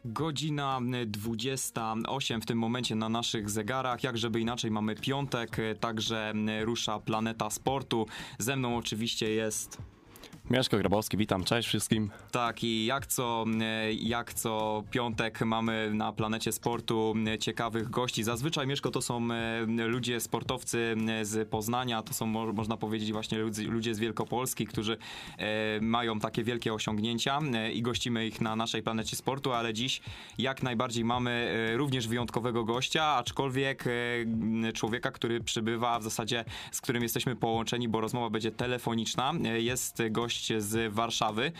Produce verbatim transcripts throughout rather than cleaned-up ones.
Godzina dwudziesta osiem w tym momencie na naszych zegarach. Jak żeby inaczej, mamy piątek, także rusza Planeta Sportu. Ze mną oczywiście jest... Mieszko Grabowski, witam, cześć wszystkim. Tak, i jak co, jak co piątek mamy na Planecie Sportu ciekawych gości. Zazwyczaj, Mieszko, to są ludzie, sportowcy z Poznania, to są, można powiedzieć, właśnie ludzie z Wielkopolski, którzy mają takie wielkie osiągnięcia i gościmy ich na naszej Planecie Sportu, ale dziś jak najbardziej mamy również wyjątkowego gościa, aczkolwiek człowieka, który przybywa w zasadzie, z którym jesteśmy połączeni, bo rozmowa będzie telefoniczna. Jest gość z Warszawy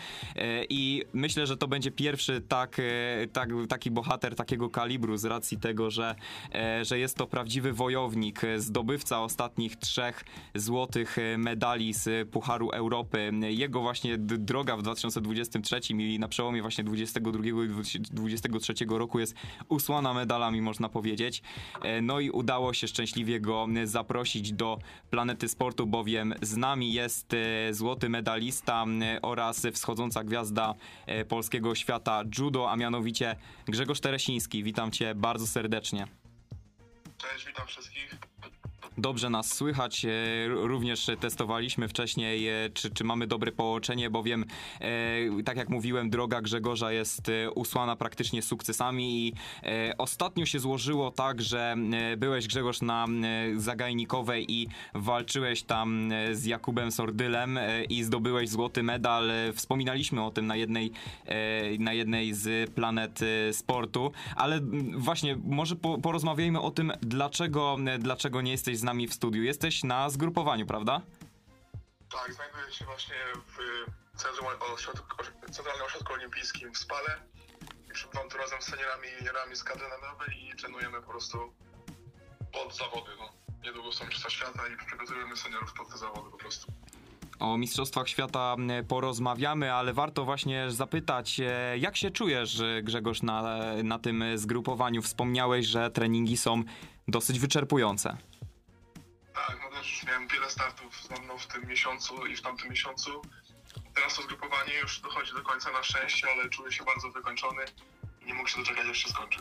i myślę, że to będzie pierwszy tak, tak, taki bohater takiego kalibru z racji tego, że, że jest to prawdziwy wojownik, zdobywca ostatnich trzech złotych medali z Pucharu Europy. Jego właśnie droga w dwa tysiące dwudziestym trzecim i na przełomie właśnie dwudziestego drugiego i dwudziestego trzeciego roku jest usłana medalami, można powiedzieć. No i udało się szczęśliwie go zaprosić do Planety Sportu, bowiem z nami jest złoty medalista oraz wschodząca gwiazda polskiego świata judo, a mianowicie Grzegorz Teresiński. Witam cię bardzo serdecznie. Cześć, witam wszystkich. Dobrze nas słychać, również testowaliśmy wcześniej, czy, czy mamy dobre połączenie, bowiem tak jak mówiłem, droga Grzegorza jest usłana praktycznie sukcesami i ostatnio się złożyło tak, że byłeś, Grzegorz, na Zagajnikowej i walczyłeś tam z Jakubem Sordylem i zdobyłeś złoty medal. Wspominaliśmy o tym na jednej, na jednej z planet sportu, ale właśnie może porozmawiajmy o tym, dlaczego, dlaczego nie jesteś z nami w studiu. Jesteś na zgrupowaniu, prawda? Tak, znajduję się właśnie w Centrum Ośrodku, Centralnym Ośrodku Olimpijskim w Spale i przybywam tu razem z seniorami i juniorami z kadry narodowej i trenujemy po prostu pod zawody. No. Niedługo są Mistrzostwa Świata i przygotowujemy seniorów pod te zawody po prostu. O Mistrzostwach Świata porozmawiamy, ale warto właśnie zapytać, jak się czujesz, Grzegorz, na, na tym zgrupowaniu? Wspomniałeś, że treningi są dosyć wyczerpujące. Tak, no też już miałem wiele startów no, w tym miesiącu i w tamtym miesiącu. Teraz to zgrupowanie już dochodzi do końca na szczęście, ale czuję się bardzo wykończony i nie mógł się doczekać, aż się skończy.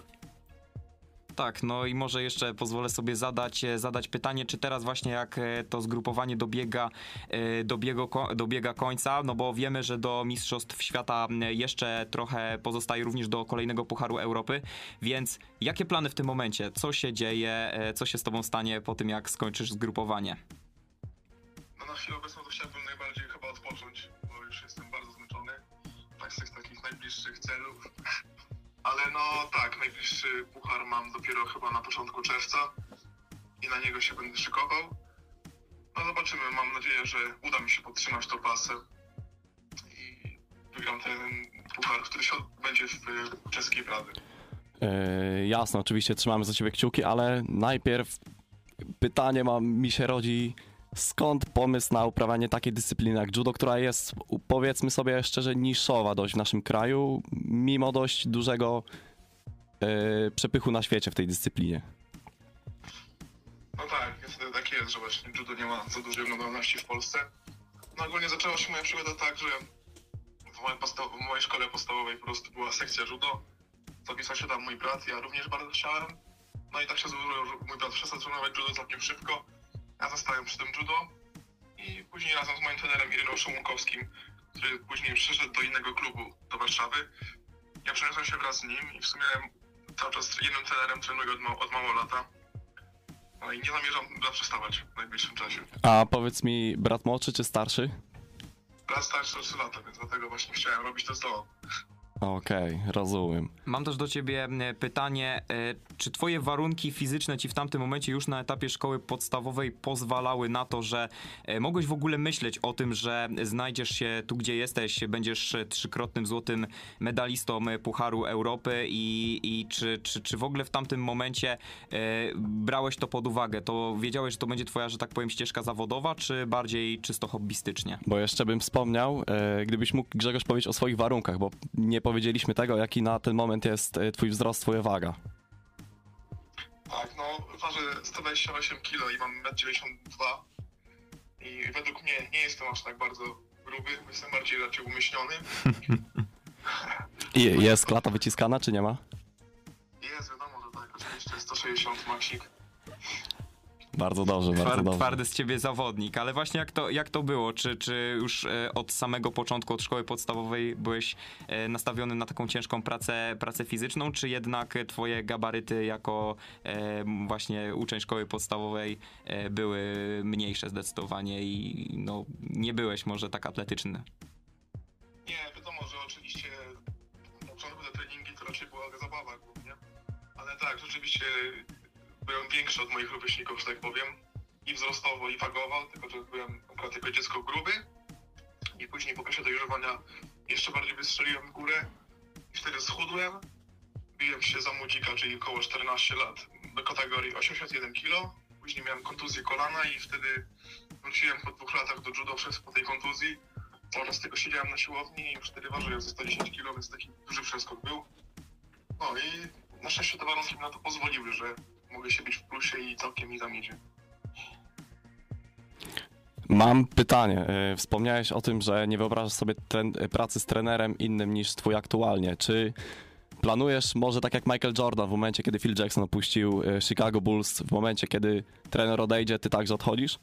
Tak, no i może jeszcze pozwolę sobie zadać, zadać pytanie, czy teraz właśnie jak to zgrupowanie dobiega, dobiega, dobiega końca, no bo wiemy, że do Mistrzostw Świata jeszcze trochę pozostaje, również do kolejnego Pucharu Europy, więc jakie plany w tym momencie? Co się dzieje? Co się z tobą stanie po tym, jak skończysz zgrupowanie? No na chwilę obecną to chciałbym najbardziej chyba odpocząć, bo już jestem bardzo zmęczony, tak z tych takich najbliższych celów. Ale no tak, najbliższy puchar mam dopiero chyba na początku czerwca i na niego się będę szykował. No zobaczymy, mam nadzieję, że uda mi się podtrzymać to pasem i wygram ten puchar, który się odbędzie w czeskiej Pradze. Yy, jasne, oczywiście trzymamy za ciebie kciuki, ale najpierw pytanie mam, mi się rodzi, skąd pomysł na uprawianie takiej dyscypliny jak judo, która jest, powiedzmy sobie szczerze, niszowa dość w naszym kraju, mimo dość dużego yy, przepychu na świecie w tej dyscyplinie? No tak, niestety tak jest, że właśnie judo nie ma za dużej oglądalności w Polsce. No ogólnie zaczęła się moja przygoda tak, że w mojej, posta- w mojej szkole podstawowej po prostu była sekcja judo. Zapisał się tam mój brat, ja również bardzo chciałem. No i tak się złożyło, że mój brat przestał trenować judo całkiem szybko. Ja zostałem przy tym judo i później razem z moim trenerem Iryną Szomunkowskim, który później przyszedł do innego klubu, do Warszawy. Ja przeniosłem się wraz z nim i w sumie cały czas jednym trenerem trenuję od, ma- od mało lata. No i nie zamierzam zaprzestawać w najbliższym czasie. A powiedz mi, brat młodszy czy starszy? Brat starszy o trzy lata, więc dlatego właśnie chciałem robić to z tobą. Okej, okay, rozumiem. Mam też do ciebie pytanie, czy twoje warunki fizyczne ci w tamtym momencie już na etapie szkoły podstawowej pozwalały na to, że mogłeś w ogóle myśleć o tym, że znajdziesz się tu, gdzie jesteś, będziesz trzykrotnym złotym medalistą Pucharu Europy i, i czy, czy, czy w ogóle w tamtym momencie brałeś to pod uwagę? To wiedziałeś, że to będzie twoja, że tak powiem, ścieżka zawodowa, czy bardziej czysto hobbystycznie? Bo jeszcze bym wspomniał, gdybyś mógł, Grzegorz, powiedzieć o swoich warunkach, bo nie powiedzieliśmy tego, jaki na ten moment jest twój wzrost, twoja waga. Tak, no ważę sto dwadzieścia osiem kilo i mam metr dziewięćdziesiąt dwa i według mnie nie jestem aż tak bardzo gruby, jestem bardziej raczej umyślony. I jest klata wyciskana, czy nie ma? Jest, wiadomo, że tak, oczywiście sto sześćdziesiąt maksik. Bardzo dobrze, bardzo Twar, dobrze. twardy z ciebie zawodnik, ale właśnie jak to, jak to było? Czy, czy już e, od samego początku, od szkoły podstawowej byłeś e, nastawiony na taką ciężką pracę, pracę fizyczną, czy jednak twoje gabaryty jako e, właśnie uczeń szkoły podstawowej e, były mniejsze zdecydowanie i no, nie byłeś może tak atletyczny? Nie, wiadomo, że oczywiście na początku te treningi to raczej była zabawa głównie, ale tak, rzeczywiście byłem większy od moich rówieśników, że tak powiem, i wzrostowo, i wagowo, tylko że byłem akurat jako dziecko gruby i później po okresie dojrzewania jeszcze bardziej wystrzeliłem w górę i wtedy schudłem, biłem się za młodzika, czyli około czternaście lat, do kategorii osiemdziesiąt jeden kilo, później miałem kontuzję kolana i wtedy wróciłem po dwóch latach do judo przez po tej kontuzji oraz tylko siedziałem na siłowni i już wtedy ważyłem ze sto dziesięć kilo, więc taki duży przeskok był. No i na szczęście te warunki mi na to pozwoliły, że mogę się być w plusie i całkiem mi tam idzie. Mam pytanie. Y, Wspomniałeś o tym, że nie wyobrażasz sobie tren- pracy z trenerem innym niż twój aktualnie. Czy planujesz może tak jak Michael Jordan w momencie, kiedy Phil Jackson opuścił y, Chicago Bulls, w momencie, kiedy trener odejdzie, ty także odchodzisz?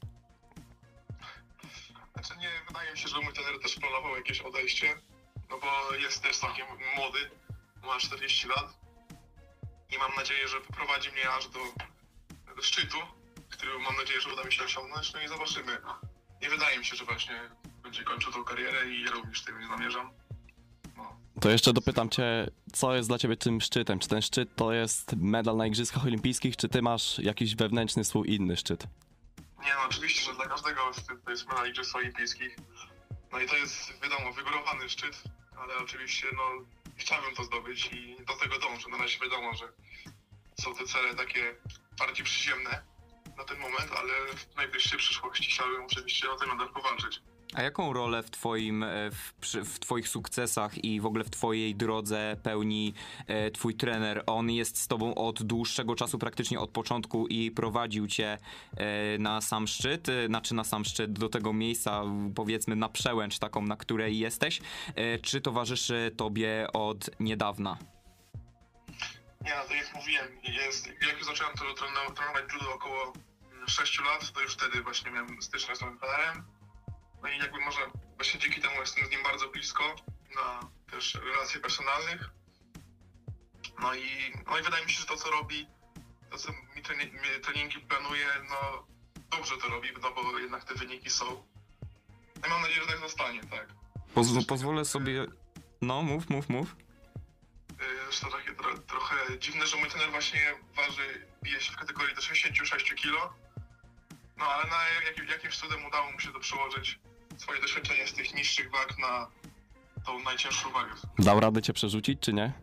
Znaczy nie, wydaje mi się, że mój trener też planował jakieś odejście, no bo jest też całkiem młody, ma czterdzieści lat i mam nadzieję, że poprowadzi mnie aż do, do szczytu, który mam nadzieję, że uda mi się osiągnąć, no i zobaczymy. Nie wydaje mi się, że właśnie będzie kończył tą karierę i ja również tego nie zamierzam. No. To jeszcze dopytam cię, co jest dla ciebie tym szczytem? Czy ten szczyt to jest medal na Igrzyskach Olimpijskich, czy ty masz jakiś wewnętrzny swój inny szczyt? Nie no, oczywiście, że dla każdego szczyt to jest medal Igrzysk Olimpijskich. No i to jest, wiadomo, wygórowany szczyt, ale oczywiście, no, chciałbym to zdobyć i do tego dążę. Na razie wiadomo, że są te cele takie bardziej przyziemne na ten moment, ale w najbliższej przyszłości chciałbym oczywiście o ten medal powalczyć. A jaką rolę w twoim, e, w, przy, w twoich sukcesach i w ogóle w twojej drodze pełni e, twój trener? On jest z tobą od dłuższego czasu, praktycznie od początku i prowadził cię e, na sam szczyt, e, znaczy na sam szczyt, do tego miejsca, powiedzmy na przełęcz taką, na której jesteś, e, czy towarzyszy tobie od niedawna? Nie, no to jak mówiłem, jest, jak już zacząłem to trenować, trenować judo około sześciu lat, to już wtedy właśnie miałem styczność z moim trenerem. No i jakby może właśnie dzięki temu jestem z nim bardzo blisko na też relacjach personalnych. No i, no i wydaje mi się, że to co robi, to co mi trening, treningi planuje, no dobrze to robi, no bo jednak te wyniki są. No i mam nadzieję, że tak zostanie, tak. Poz, pozwolę sobie... No, mów, mów, mów. Zresztą takie tro, trochę dziwne, że mój trener właśnie waży, bije się w kategorii do sześćdziesiąt sześć kilo. No ale na jakim, jakimś cudem udało mu się to przełożyć swoje doświadczenie z tych niższych wag na tą najcięższą wagę. Dał radę cię przerzucić, czy nie?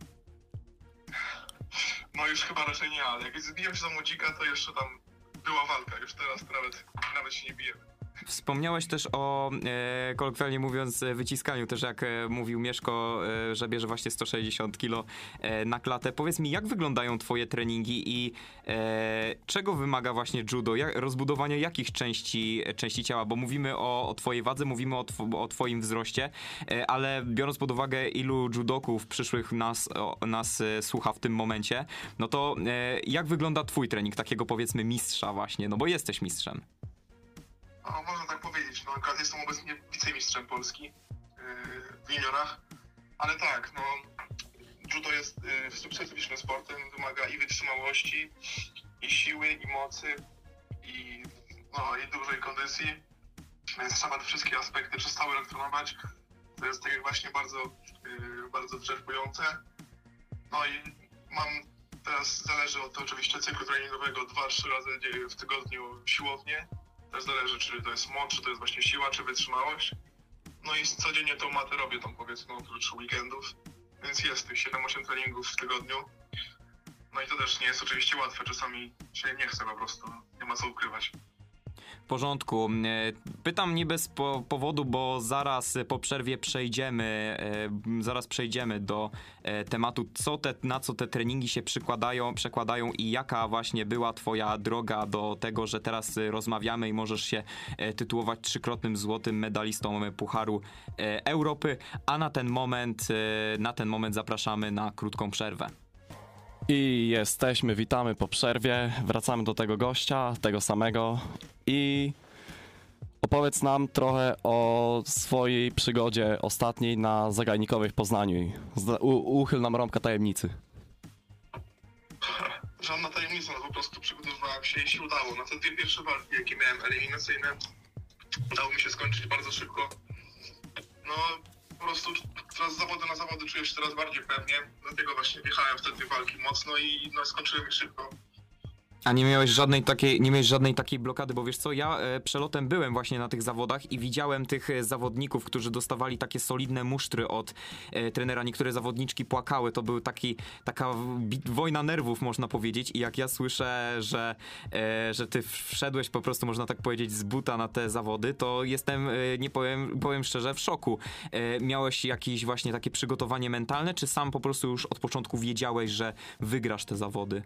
No już chyba raczej nie, ale jak zbiłem się za młodzika, to jeszcze tam była walka. Już teraz nawet, nawet się nie bijemy. Wspomniałeś też o, e, kolokwialnie mówiąc, wyciskaniu, też jak e, mówił Mieszko, e, że bierze właśnie sto sześćdziesiąt kilo e, na klatę. Powiedz mi, jak wyglądają twoje treningi i e, czego wymaga właśnie judo? Jak, rozbudowanie jakich części, części ciała? Bo mówimy o, o twojej wadze, mówimy o, tw o twoim wzroście, e, ale biorąc pod uwagę, ilu judoków przyszłych nas, o, nas e, słucha w tym momencie, no to e, jak wygląda twój trening, takiego powiedzmy mistrza właśnie, no bo jesteś mistrzem. No, można tak powiedzieć. No, akurat jestem obecnie wicemistrzem Polski yy, w juniorach, ale tak, no, judo jest yy, specyficznym sportem, wymaga i wytrzymałości, i siły, i mocy, i, no, i dużej kondycji, więc trzeba te wszystkie aspekty przez cały rok trenować. To jest tak jak właśnie bardzo, yy, bardzo wyczerpujące. No i mam teraz, zależy od oczywiście cyklu treningowego, dwa trzy razy w tygodniu siłownię. Też zależy, czy to jest moc, czy to jest właśnie siła, czy wytrzymałość. No i codziennie tą matę robię tą, powiedzmy, oprócz weekendów. Więc jest tych siedem osiem treningów w tygodniu. No i to też nie jest oczywiście łatwe, czasami się nie chce po prostu, nie ma co ukrywać. W porządku. Pytam nie bez po powodu, bo zaraz po przerwie przejdziemy, e, zaraz przejdziemy do e, tematu, co te, na co te treningi się przykładają, przekładają i jaka właśnie była twoja droga do tego, że teraz rozmawiamy i możesz się e, tytułować trzykrotnym złotym medalistą Pucharu e, Europy, a na ten moment, e, na ten moment zapraszamy na krótką przerwę. I jesteśmy, witamy po przerwie, wracamy do tego gościa, tego samego i opowiedz nam trochę o swojej przygodzie ostatniej na Zagajnikowej w Poznaniu. Zda- u- uchyl nam rąbka tajemnicy. Żadna tajemnica, no po prostu przygotowywałem się i się udało. Na te dwie pierwsze walki, jakie miałem eliminacyjne, udało mi się skończyć bardzo szybko. No po prostu teraz z zawodu na zawody czuję się coraz bardziej pewnie, dlatego właśnie wjechałem w te dwie walki mocno i no, skończyłem je szybko. A nie miałeś żadnej takiej, nie miałeś żadnej takiej blokady, bo wiesz co, ja e, przelotem byłem właśnie na tych zawodach i widziałem tych e, zawodników, którzy dostawali takie solidne musztry od e, trenera. Niektóre zawodniczki płakały, to był taki, taka bit, wojna nerwów, można powiedzieć. I jak ja słyszę, że, e, że ty wszedłeś po prostu, można tak powiedzieć, z buta na te zawody, to jestem, e, nie powiem, powiem szczerze, w szoku. E, miałeś jakieś właśnie takie przygotowanie mentalne, czy sam po prostu już od początku wiedziałeś, że wygrasz te zawody?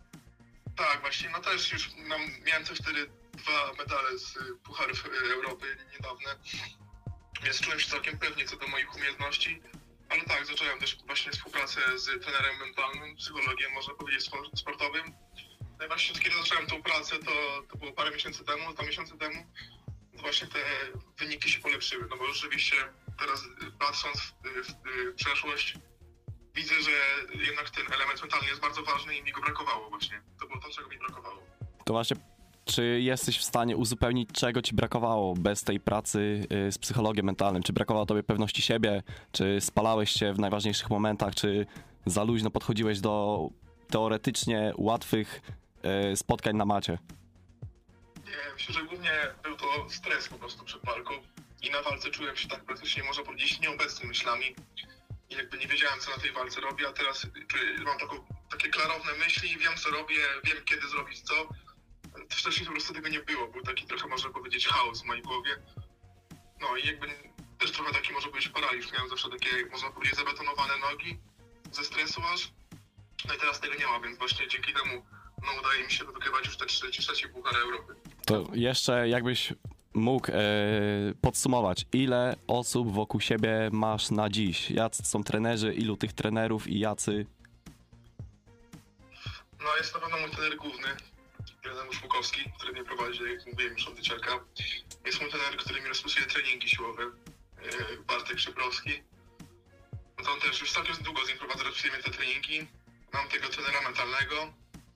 Tak, właśnie, no też już mam, miałem też wtedy dwa medale z Pucharów Europy niedawne, więc czułem się całkiem pewnie co do moich umiejętności, ale tak, zacząłem też właśnie współpracę z trenerem mentalnym, psychologiem, można powiedzieć, sportowym. No i właśnie kiedy zacząłem tą pracę, to, to było parę miesięcy temu, dwa miesiące temu, to właśnie te wyniki się polepszyły, no bo rzeczywiście teraz patrząc w, w, w przeszłość, widzę, że jednak ten element mentalny jest bardzo ważny i mi go brakowało właśnie. To było to, czego mi brakowało. To właśnie, czy jesteś w stanie uzupełnić, czego ci brakowało bez tej pracy y, z psychologiem mentalnym? Czy brakowało tobie pewności siebie? Czy spalałeś się w najważniejszych momentach? Czy za luźno podchodziłeś do teoretycznie łatwych y, spotkań na macie? Nie, myślę, że głównie był to stres po prostu przed walką i na walce czułem się tak praktycznie, można powiedzieć, nieobecny myślami. I jakby nie wiedziałem, co na tej walce robię, a teraz mam taką, takie klarowne myśli, wiem, co robię, wiem, kiedy zrobić co. Wcześniej po prostu tego nie było, był taki trochę, można powiedzieć, chaos w mojej głowie. No i jakby też trochę taki, może powiedzieć, paraliż. Miałem zawsze takie, można powiedzieć, zabetonowane nogi ze stresu aż. No i teraz tego nie ma, więc właśnie dzięki temu no, udaje mi się wygrywać już te trzeci, trzeci Puchar Europy. To jeszcze jakbyś mógł e, podsumować, ile osób wokół siebie masz na dziś? Jacy są trenerzy, ilu tych trenerów i jacy? No jest na pewno mój trener główny, Janusz Łukowski, który mnie prowadzi, jak mówiłem już od dzieciaka. Jest mój trener, który mi rozpisuje treningi siłowe, yy, Bartek Szybrowski. No to on też już całkiem długo z nim prowadzę, rozpisuje mi te treningi. Mam tego trenera mentalnego,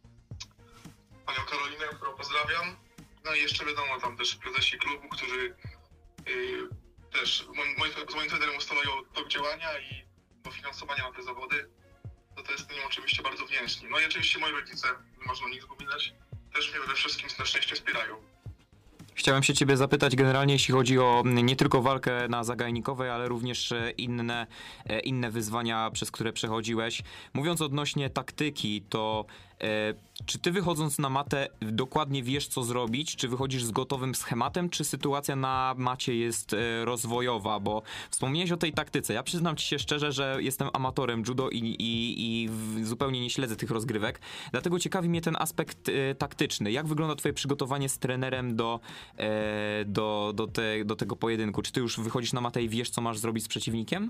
panią Karolinę, którą pozdrawiam. No i jeszcze wiadomo, tam też prezesi klubu, którzy yy, też moi, moi, z moim trenerem ustalają tok działania i dofinansowania na te zawody. To, to jest nim oczywiście bardzo wdzięczni. No i oczywiście moi rodzice, nie można o nich zapominać, też mnie we wszystkim na szczęście wspierają. Chciałem się ciebie zapytać generalnie, jeśli chodzi o nie tylko walkę na Zagajnikowej, ale również inne, inne wyzwania, przez które przechodziłeś. Mówiąc odnośnie taktyki, to e, czy ty wychodząc na matę dokładnie wiesz, co zrobić? Czy wychodzisz z gotowym schematem, czy sytuacja na macie jest e, rozwojowa? Bo wspomniałeś o tej taktyce. Ja przyznam ci się szczerze, że jestem amatorem judo i, i, i zupełnie nie śledzę tych rozgrywek. Dlatego ciekawi mnie ten aspekt e, taktyczny. Jak wygląda twoje przygotowanie z trenerem do Do, do, te, do tego pojedynku? Czy ty już wychodzisz na matę i wiesz, co masz zrobić z przeciwnikiem?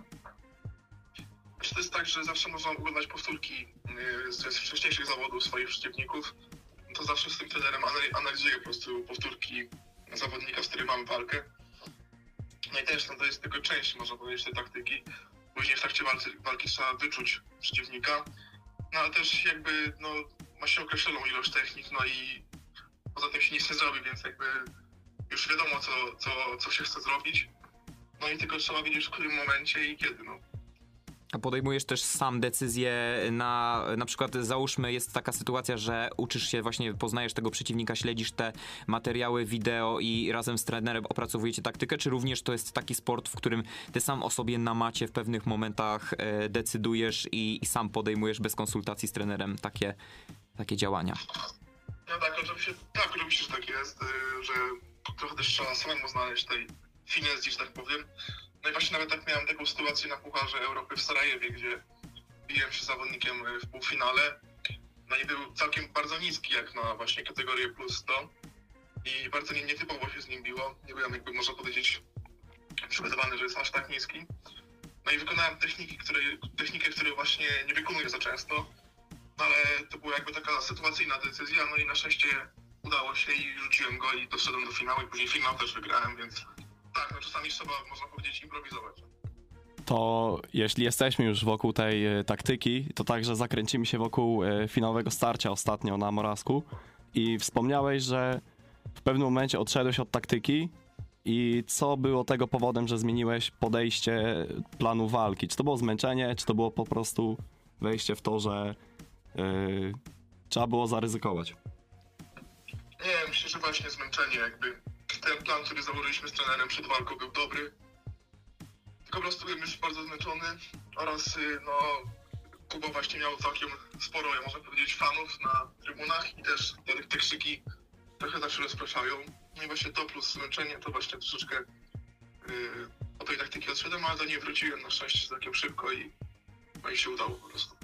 To jest tak, że zawsze można oglądać powtórki z wcześniejszych zawodów swoich przeciwników. To zawsze z tym trenerem analizuję po prostu powtórki zawodnika, z którym mamy walkę. No i też no, to jest tylko część, można powiedzieć, tej taktyki. Później w trakcie walki, walki trzeba wyczuć przeciwnika. No ale też jakby no, ma się określoną ilość technik, no i poza tym się nic nie zrobi, więc jakby już wiadomo, co, co, co się chce zrobić. No i tylko trzeba wiedzieć, w którym momencie i kiedy, no. A podejmujesz też sam decyzję na, na przykład załóżmy jest taka sytuacja, że uczysz się właśnie, poznajesz tego przeciwnika, śledzisz te materiały wideo i razem z trenerem opracowujecie taktykę, czy również to jest taki sport, w którym ty sam o sobie na macie w pewnych momentach e, decydujesz i, i sam podejmujesz bez konsultacji z trenerem takie, takie działania? No tak, oczywiście, tak, oczywiście, że tak jest, że trochę też trzeba samemu znaleźć tej finezji, że tak powiem. No i właśnie nawet tak miałem taką sytuację na Pucharze Europy w Sarajewie, gdzie biłem się z zawodnikiem w półfinale. No i był całkiem bardzo niski, jak na właśnie kategorię plus sto. I bardzo nie- nietypowo się z nim biło. Nie byłem, jakby można powiedzieć, przygotowany, że jest aż tak niski. No i wykonałem techniki, której, technikę, której właśnie nie wykonuję za często. No ale to była jakby taka sytuacyjna decyzja, no i na szczęście udało się i rzuciłem go i doszedłem do finału i później finał też wygrałem, więc tak, no czasami trzeba, można powiedzieć, improwizować. To jeśli jesteśmy już wokół tej e, taktyki, to także zakręcimy się wokół e, finałowego starcia ostatnio na Morawsku i wspomniałeś, że w pewnym momencie odszedłeś od taktyki i co było tego powodem, że zmieniłeś podejście planu walki? Czy to było zmęczenie, czy to było po prostu wejście w to, że e, trzeba było zaryzykować? Nie, myślę, że właśnie zmęczenie jakby. Ten plan, który założyliśmy z trenerem przed walką, był dobry. Tylko po prostu byłem już bardzo zmęczony oraz y, no Kuba właśnie miał całkiem sporo, ja można powiedzieć, fanów na trybunach i też te, te krzyki trochę zawsze rozpraszają. No i właśnie to plus zmęczenie to właśnie troszeczkę y, od tej taktyki odszedłem, ale do niej wróciłem na szczęście całkiem szybko i, no i się udało po prostu.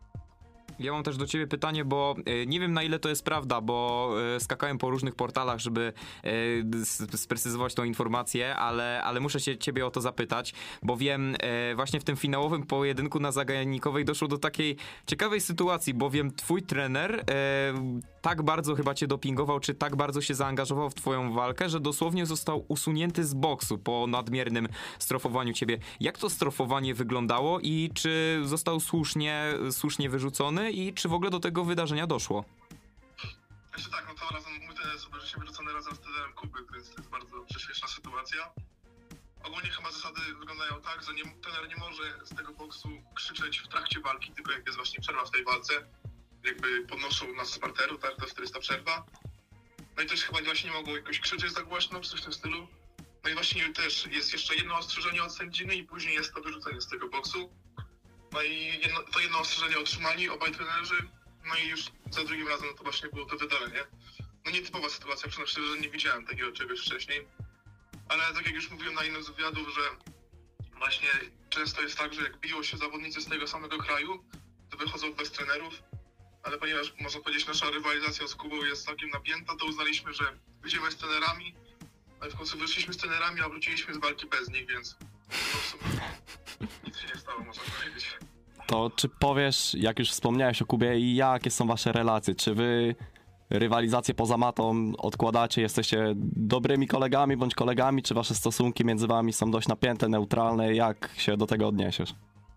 Ja mam też do ciebie pytanie, bo e, nie wiem na ile to jest prawda, bo e, skakałem po różnych portalach, żeby e, s- sprecyzować tą informację, ale, ale muszę się ciebie o to zapytać, bo wiem, e, właśnie w tym finałowym pojedynku na Zagajnikowej doszło do takiej ciekawej sytuacji, bowiem twój trener e, tak bardzo chyba cię dopingował, czy tak bardzo się zaangażował w twoją walkę, że dosłownie został usunięty z boksu po nadmiernym strofowaniu ciebie. Jak to strofowanie wyglądało i czy został słusznie, słusznie wyrzucony i czy w ogóle do tego wydarzenia doszło? Jeszcze tak, no to razem mój trener sobie, że się wyrzucony razem z trenerem Kuby, więc to jest bardzo prześmieszna sytuacja. Ogólnie chyba zasady wyglądają tak, że nie, trener nie może z tego boksu krzyczeć w trakcie walki, tylko jak jest właśnie przerwa w tej walce. Jakby podnoszą nas z parteru, tak, to jest ta przerwa. No i też chyba właśnie nie mogło jakoś krzyczeć za głośno, czy coś w tym stylu. No i właśnie też jest jeszcze jedno ostrzeżenie od sędziny i później jest to wyrzucenie z tego boksu. No i jedno, to jedno ostrzeżenie otrzymali obaj trenerzy, no i już za drugim razem to właśnie było to wydalenie. No nietypowa sytuacja, przyznam szczerze, że nie widziałem takiego czegoś wcześniej. Ale tak jak już mówiłem na innym z wywiadów, że właśnie często jest tak, że jak biją się zawodnicy z tego samego kraju, to wychodzą bez trenerów. Ale ponieważ, można powiedzieć, nasza rywalizacja z Kubą jest całkiem napięta, to uznaliśmy, że wyjdziemy z trenerami, ale w końcu wyszliśmy z trenerami, a wróciliśmy z walki bez nich, więc no w sumie nic się nie stało, można powiedzieć. To czy powiesz, jak już wspomniałeś o Kubie, jakie są wasze relacje? Czy wy rywalizację poza matą odkładacie, jesteście dobrymi kolegami bądź kolegami, czy wasze stosunki między wami są dość napięte, neutralne? Jak się do tego odniesiesz?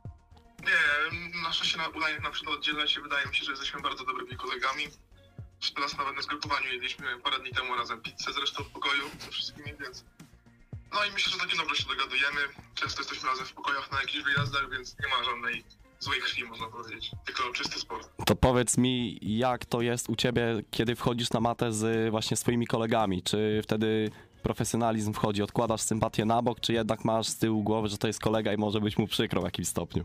Nie, na szczęście na udaje nam się to oddzielać i wydaje mi się, że jesteśmy bardzo dobrymi kolegami. Teraz nawet na zgrupowaniu jedliśmy parę dni temu razem pizzę zresztą w pokoju ze wszystkimi, więc... No i myślę, że takim dobrze się dogadujemy. Często jesteśmy razem w pokojach na jakichś wyjazdach, więc nie ma żadnej złej krwi, można powiedzieć. Tylko czysty sport. To powiedz mi, jak to jest u ciebie, kiedy wchodzisz na matę z właśnie swoimi kolegami? Czy wtedy profesjonalizm wchodzi, odkładasz sympatię na bok, czy jednak masz z tyłu głowy, że to jest kolega i może być mu przykro w jakimś stopniu?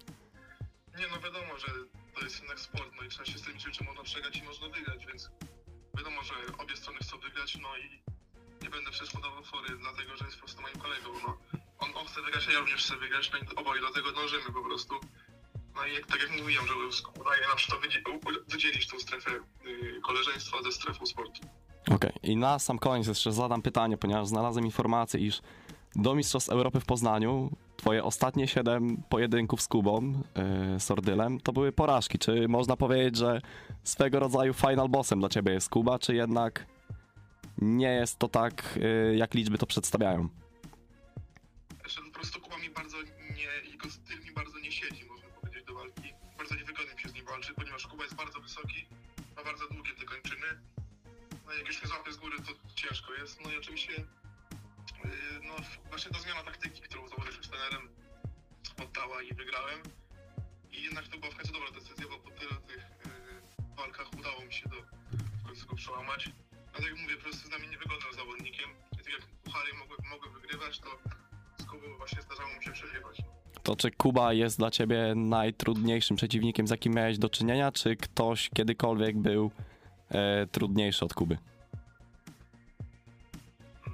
Nie, no wiadomo, że to jest jednak sport, no i trzeba się z tym liczyć, że można przegrać i można wygrać, więc wiadomo, że obie strony chcą wygrać, no i nie będę przecież podawał fory, dlatego że jest po prostu moim kolegą, no. On, on chce wygrać, a ja również chcę wygrać, no i oboje do tego dążymy po prostu. No i jak, tak jak mówiłem, że udaje nam się to wydzie- wydzielić tą strefę yy, koleżeństwa ze strefą sportu. Okej, i na sam koniec jeszcze zadam pytanie, ponieważ znalazłem informację, iż do Mistrzostw Europy w Poznaniu twoje ostatnie siedem pojedynków z Kubą, yy, Sordylem, to były porażki. Czy można powiedzieć, że swego rodzaju final bossem dla ciebie jest Kuba, czy jednak nie jest to tak, yy, jak liczby to przedstawiają? Jeszcze po prostu Kuba mi bardzo nie, jego styl mi bardzo nie siedzi, można powiedzieć, do walki. Bardzo niewygodnie mi się z nim walczy, ponieważ Kuba jest bardzo wysoki, ma bardzo długie te kończyny. No i jak już mnie złapie z góry, to ciężko jest. No i oczywiście yy, no właśnie ta zmiana taktyki, którą założyliśmy z trenerem, oddała i wygrałem. I jednak to była w końcu dobra decyzja, bo po tyle tych yy, walkach udało mi się do, w końcu go przełamać. A tak jak mówię, po prostu jest dla mnie niewygodnym zawodnikiem. I tak jak puchary mogły, mogły wygrywać, to z Kubą właśnie zdarzało mi się przegrywać. To czy Kuba jest dla ciebie najtrudniejszym przeciwnikiem, z jakim miałeś do czynienia, czy ktoś kiedykolwiek był e, trudniejszy od Kuby?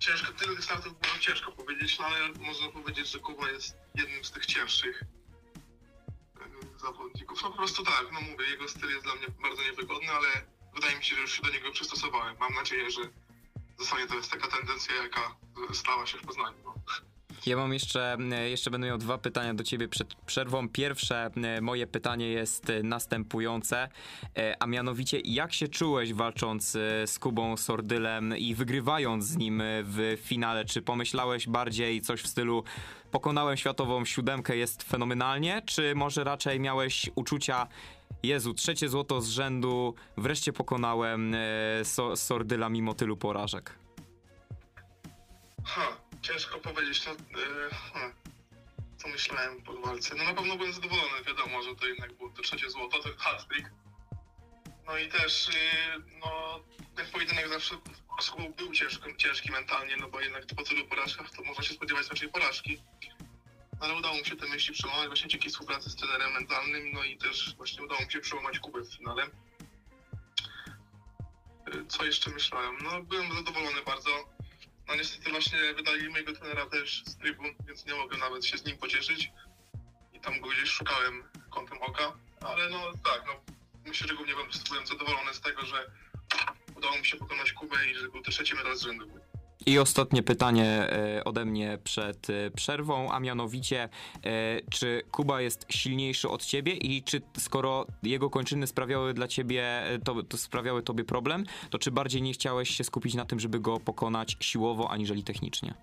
ciężko, tyle tych startów było ciężko powiedzieć, no ale można powiedzieć, że Kuba jest jednym z tych cięższych yy, zawodników. No po prostu tak, no mówię, jego styl jest dla mnie bardzo niewygodny, ale wydaje mi się, że już się do niego przystosowałem. Mam nadzieję, że zostanie to jest taka tendencja, jaka stała się w Poznaniu. No. Ja mam jeszcze, jeszcze będę miał dwa pytania do ciebie przed przerwą. Pierwsze moje pytanie jest następujące, a mianowicie jak się czułeś walcząc z Kubą Sordylem i wygrywając z nim w finale? Czy pomyślałeś bardziej coś w stylu pokonałem światową siódemkę, jest fenomenalnie, czy może raczej miałeś uczucia Jezu, trzecie złoto z rzędu, wreszcie pokonałem so, Sordyla mimo tylu porażek? Ha, ciężko powiedzieć, no, yy, ha, co myślałem po walce. No na pewno byłem zadowolony, wiadomo, że to jednak było to trzecie złoto, to hat-trick. No i też, yy, no, ten pojedynek zawsze był ciężki, ciężki mentalnie, no bo jednak po tylu porażkach to można się spodziewać raczej porażki. Ale udało mi się te myśli przełamać właśnie dzięki współpracy z trenerem mentalnym, no i też właśnie udało mi się przełamać Kubę w finale. Yy, co jeszcze myślałem? No byłem zadowolony bardzo. No niestety właśnie wydali mojego trenera też z trybun, więc nie mogę nawet się z nim pocieszyć. I tam go gdzieś szukałem kątem oka, ale no tak, no myślę, że głównie byłem, byłem zadowolony z tego, że udało mi się pokonać Kubę i że był to trzeci medal z rzędu. I ostatnie pytanie ode mnie przed przerwą, a mianowicie czy Kuba jest silniejszy od ciebie i czy skoro jego kończyny sprawiały dla ciebie, to, to sprawiały tobie problem, to czy bardziej nie chciałeś się skupić na tym, żeby go pokonać siłowo, aniżeli technicznie?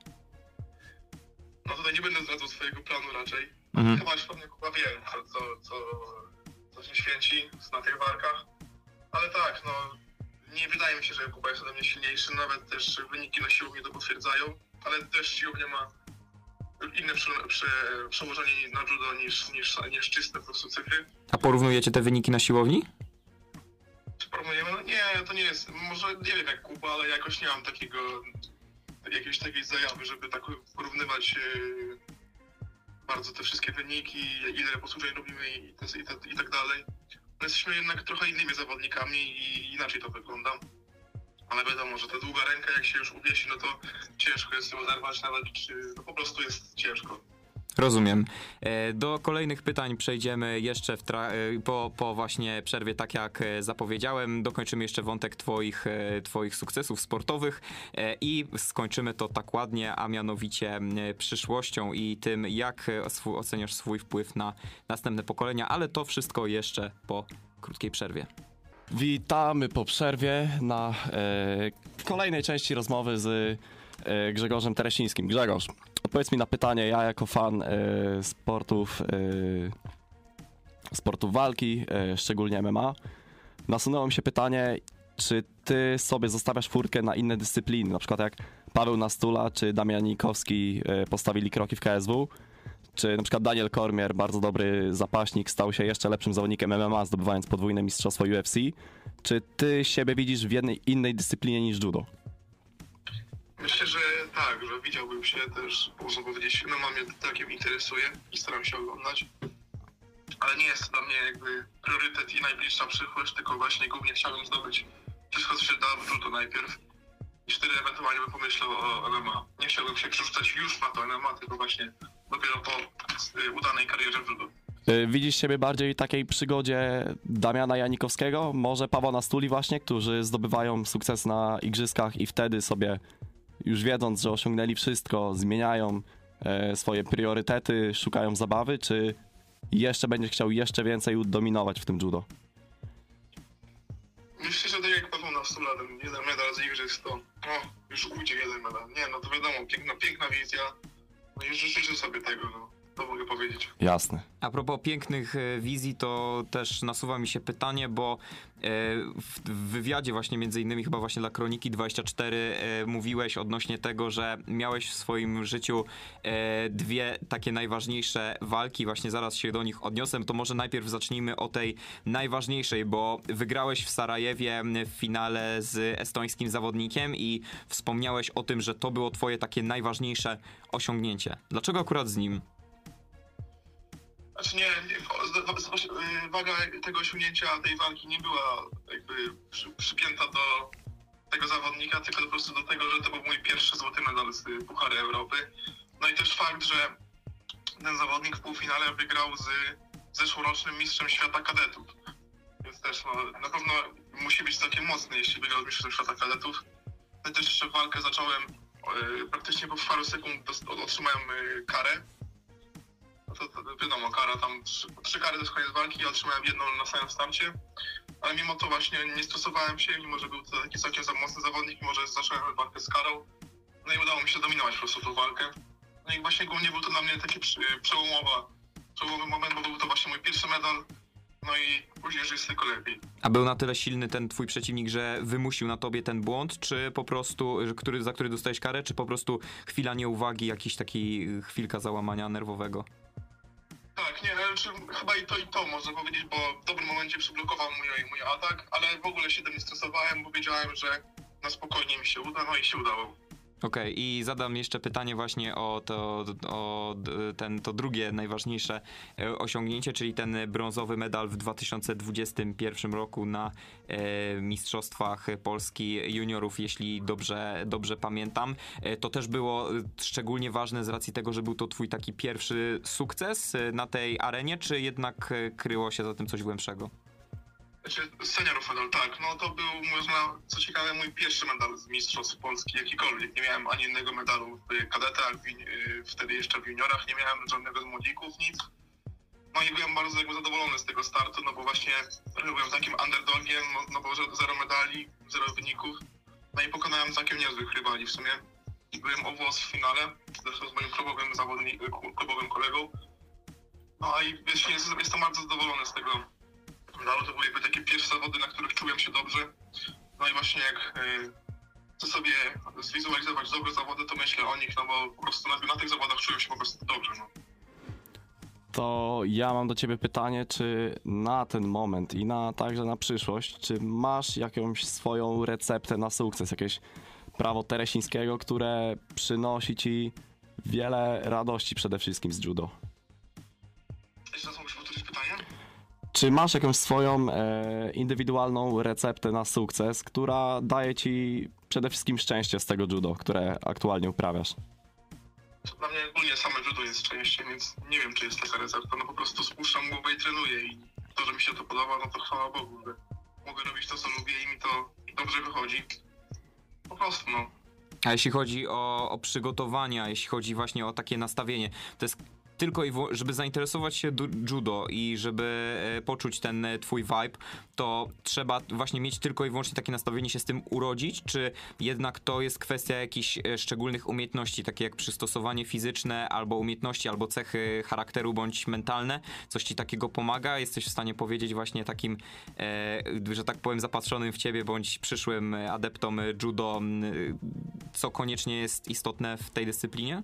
No tutaj nie będę zdradzał swojego planu raczej. Mhm. Chyba już pewnie Kuba wie, co, co, co, co się święci na tych walkach. Ale tak, no nie wydaje mi się, że Kuba jest ode mnie silniejszy, nawet też wyniki na siłowni to potwierdzają, ale też siłownia ma inne przy, przy, przełożenie na judo niż, niż, niż czyste po prostu cyfry. A porównujecie te wyniki na siłowni? Czy porównujemy? No nie, to nie jest, może nie wiem jak Kuba, ale jakoś nie mam takiego, jakiejś takiej zajawy, żeby tak porównywać yy, bardzo te wszystkie wyniki, ile posłużeń robimy i, te, i, te, i tak dalej. No jesteśmy jednak trochę innymi zawodnikami i inaczej to wygląda. Ale wiadomo, że ta długa ręka jak się już uwiesi, no to ciężko jest ją oderwać nawet, czy no po prostu jest ciężko. Rozumiem. Do kolejnych pytań przejdziemy jeszcze w tra- po, po właśnie przerwie, tak jak zapowiedziałem. Dokończymy jeszcze wątek twoich, twoich sukcesów sportowych i skończymy to tak ładnie, a mianowicie przyszłością i tym, jak swój, oceniasz swój wpływ na następne pokolenia, ale to wszystko jeszcze po krótkiej przerwie. Witamy po przerwie na e, kolejnej części rozmowy z e, Grzegorzem Teresińskim. Grzegorz, odpowiedz mi na pytanie, ja jako fan e, sportów, e, sportów walki, e, szczególnie M M A, nasunęło mi się pytanie, czy ty sobie zostawiasz furtkę na inne dyscypliny, na przykład jak Paweł Nastula czy Damian Nikowski e, postawili kroki w K S W, czy na przykład Daniel Cormier, bardzo dobry zapaśnik, stał się jeszcze lepszym zawodnikiem M M A, zdobywając podwójne mistrzostwo U F C. Czy ty siebie widzisz w jednej innej dyscyplinie niż judo? Myślę, że tak, że widziałbym się też, można powiedzieć, M M A mnie takim interesuje i staram się oglądać. Ale nie jest to dla mnie jakby priorytet i najbliższa przyszłość, tylko właśnie głównie chciałbym zdobyć wszystko, co się da w judo najpierw. I wtedy ewentualnie bym pomyślał o M M A. Nie chciałbym się przerzucać już na to M M A, tylko właśnie dopiero po udanej karierze w judo. Widzisz siebie bardziej w takiej przygodzie Damiana Janikowskiego, może Pawła Nastuli właśnie, którzy zdobywają sukces na igrzyskach i wtedy sobie, już wiedząc, że osiągnęli wszystko, zmieniają e, swoje priorytety, szukają zabawy, czy jeszcze będziesz chciał jeszcze więcej dominować w tym judo? Myślę, że tak jak Paweł Nastula, ten jeden medal z igrzysk, to o, już ujdzie jeden medal. Nie, no to wiadomo, piękna, piękna wizja. No i życzę sobie tego, no. To mogę powiedzieć. Jasne. A propos pięknych wizji, to też nasuwa mi się pytanie, bo w wywiadzie właśnie między innymi chyba właśnie dla Kroniki dwadzieścia cztery mówiłeś odnośnie tego, że miałeś w swoim życiu dwie takie najważniejsze walki, właśnie zaraz się do nich odniosę, to może najpierw zacznijmy o tej najważniejszej, bo wygrałeś w Sarajewie w finale z estońskim zawodnikiem i wspomniałeś o tym, że to było twoje takie najważniejsze osiągnięcie. Dlaczego akurat z nim? Znaczy nie, waga tego osiągnięcia tej walki nie była jakby przy, przypięta do, tego zawodnika, tylko po prostu do tego, że to był mój pierwszy złoty medal z Pucharu Europy. No i też fakt, że ten zawodnik w półfinale wygrał z zeszłorocznym mistrzem świata kadetów. Więc też no, na pewno musi być całkiem mocny, jeśli wygrał z mistrzem świata kadetów. No i też jeszcze walkę zacząłem e, praktycznie po paru sekund dos- otrzymałem e, karę. No to, to wiadomo, kara tam, trzy, trzy kary to jest koniec walki, ja otrzymałem jedną na samym starcie. Ale mimo to właśnie nie stosowałem się, mimo że był to taki całkiem za mocny zawodnik, mimo że zacząłem walkę z karą. No i udało mi się dominować po prostu tą walkę. No i właśnie głównie był to dla mnie taki przełomowa, przełomowy moment, bo był to właśnie mój pierwszy medal. No i później już jest tylko lepiej. A był na tyle silny ten twój przeciwnik, że wymusił na tobie ten błąd, czy po prostu, że który, za który dostałeś karę, czy po prostu chwila nieuwagi, jakiś taki chwilka załamania nerwowego? Tak, nie, znaczy, chyba i to i to można powiedzieć, bo w dobrym momencie przyblokował mój, mój atak, ale w ogóle się tym nie stresowałem, bo wiedziałem, że na spokojnie mi się uda, no i się udało. Okej, okay, i zadam jeszcze pytanie właśnie o to, o ten, to drugie najważniejsze osiągnięcie, czyli ten brązowy medal w dwa tysiące dwudziestym pierwszym roku na e, Mistrzostwach Polski Juniorów, jeśli dobrze, dobrze pamiętam. E, to też było szczególnie ważne z racji tego, że był to twój taki pierwszy sukces na tej arenie, czy jednak kryło się za tym coś głębszego? Znaczy, z seniorów medal, tak. No to był, można, co ciekawe, mój pierwszy medal z Mistrzostw Polski jakikolwiek. Nie miałem ani jednego medalu w kadetach, w, wtedy jeszcze w juniorach, nie miałem żadnego z młodzików, nic. No i byłem bardzo jakby zadowolony z tego startu, no bo właśnie byłem takim underdogiem, no, no bo zero medali, zero wyników. No i pokonałem całkiem niezłych rywali w sumie. I byłem o włos w finale, zresztą z moim klubowym zawodnikiem, klubowym kolegą. No i wiesz, jestem bardzo zadowolony z tego. No, to były jakby takie pierwsze zawody, na których czułem się dobrze. No i właśnie jak y, chcę sobie zwizualizować dobre zawody, to myślę o nich, no bo po prostu na, na tych zawodach czułem się po prostu dobrze. No. To ja mam do ciebie pytanie, czy na ten moment i na także na przyszłość, czy masz jakąś swoją receptę na sukces, jakieś prawo Teresińskiego, które przynosi ci wiele radości przede wszystkim z judo? Jeszcze raz mogę powtórzyć pytanie? Czy masz jakąś swoją e, indywidualną receptę na sukces, która daje ci przede wszystkim szczęście z tego judo, które aktualnie uprawiasz? Dla mnie ogólnie same judo jest szczęście, więc nie wiem, czy jest taka recepta. No po prostu spuszczam głowę i trenuję i to, że mi się to podoba, no to chwała Bogu, że mogę robić to, co lubię i mi to dobrze wychodzi. Po prostu, no. A jeśli chodzi o, o przygotowania, jeśli chodzi właśnie o takie nastawienie, to jest tylko i wyłącznie, żeby zainteresować się judo i żeby poczuć ten twój vibe, to trzeba właśnie mieć tylko i wyłącznie takie nastawienie, się z tym urodzić, czy jednak to jest kwestia jakichś szczególnych umiejętności, takie jak przystosowanie fizyczne, albo umiejętności, albo cechy charakteru, bądź mentalne, coś ci takiego pomaga? Jesteś w stanie powiedzieć właśnie takim, e, że tak powiem, zapatrzonym w ciebie, bądź przyszłym adeptom judo, co koniecznie jest istotne w tej dyscyplinie?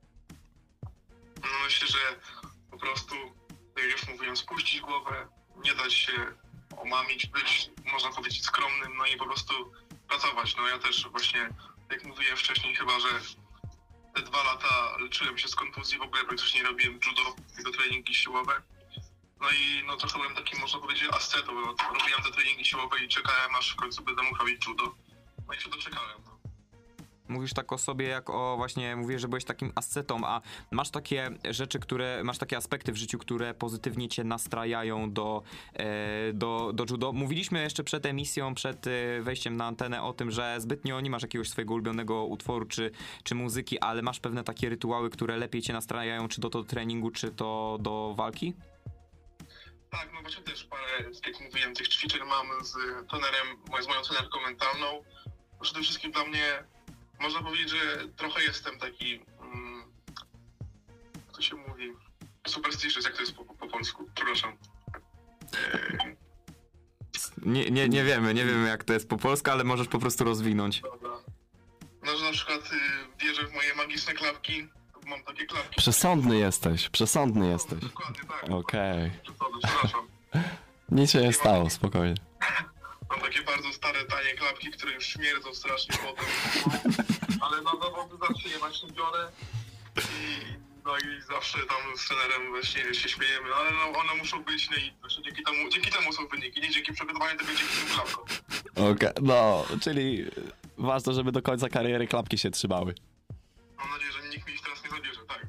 No myślę, że po prostu, jak już mówiłem, spuścić głowę, nie dać się omamić, być, można powiedzieć, skromnym, no i po prostu pracować. No ja też właśnie, jak mówiłem wcześniej, chyba, że te dwa lata leczyłem się z kontuzji, w ogóle praktycznie robiłem judo, tylko treningi siłowe. No i no trochę byłem takim, można powiedzieć, ascetą, bo robiłem te treningi siłowe i czekałem, aż w końcu będę mógł robić judo. No i się doczekałem. No. Mówisz tak o sobie, jak o właśnie, mówię, że byłeś takim ascetą, a masz takie rzeczy, które, masz takie aspekty w życiu, które pozytywnie cię nastrajają do, e, do, do judo. Mówiliśmy jeszcze przed emisją, przed wejściem na antenę o tym, że zbytnio nie masz jakiegoś swojego ulubionego utworu czy, czy muzyki, ale masz pewne takie rytuały, które lepiej cię nastrajają, czy do, do treningu, czy to do walki? Tak, no właśnie też parę, jak mówiłem, tych ćwiczeń mam z trenerem, z moją trenerką mentalną. Przede wszystkim dla mnie można powiedzieć, że trochę jestem taki, mm, jak to się mówi, superstitious, jak to jest po, po polsku, przepraszam. Eee, nie, nie, nie wiemy, nie wiemy jak to jest po polsku, ale możesz po prostu rozwinąć. Dobra. No, że na przykład y, wierzę w moje magiczne klapki, mam takie klapki. Przesądny jesteś, przesądny jesteś. Dokładnie tak. Okej. Okay. Przepraszam. Nic się nie stało, spokojnie. Mam takie bardzo stare, tanie klapki, które już śmierdzą strasznie potem. Ale no, no bo zawsze je właśnie biorę i, no i zawsze tam z trenerem właśnie się śmiejemy, no, ale no, one muszą być, no i właśnie dzięki temu, dzięki temu są wyniki, nie dzięki przygotowaniu, tylko dzięki tym klapkom. Okej, no, czyli ważne, żeby do końca kariery klapki się trzymały. Mam nadzieję, że nikt mi ich teraz nie zabierze, tak.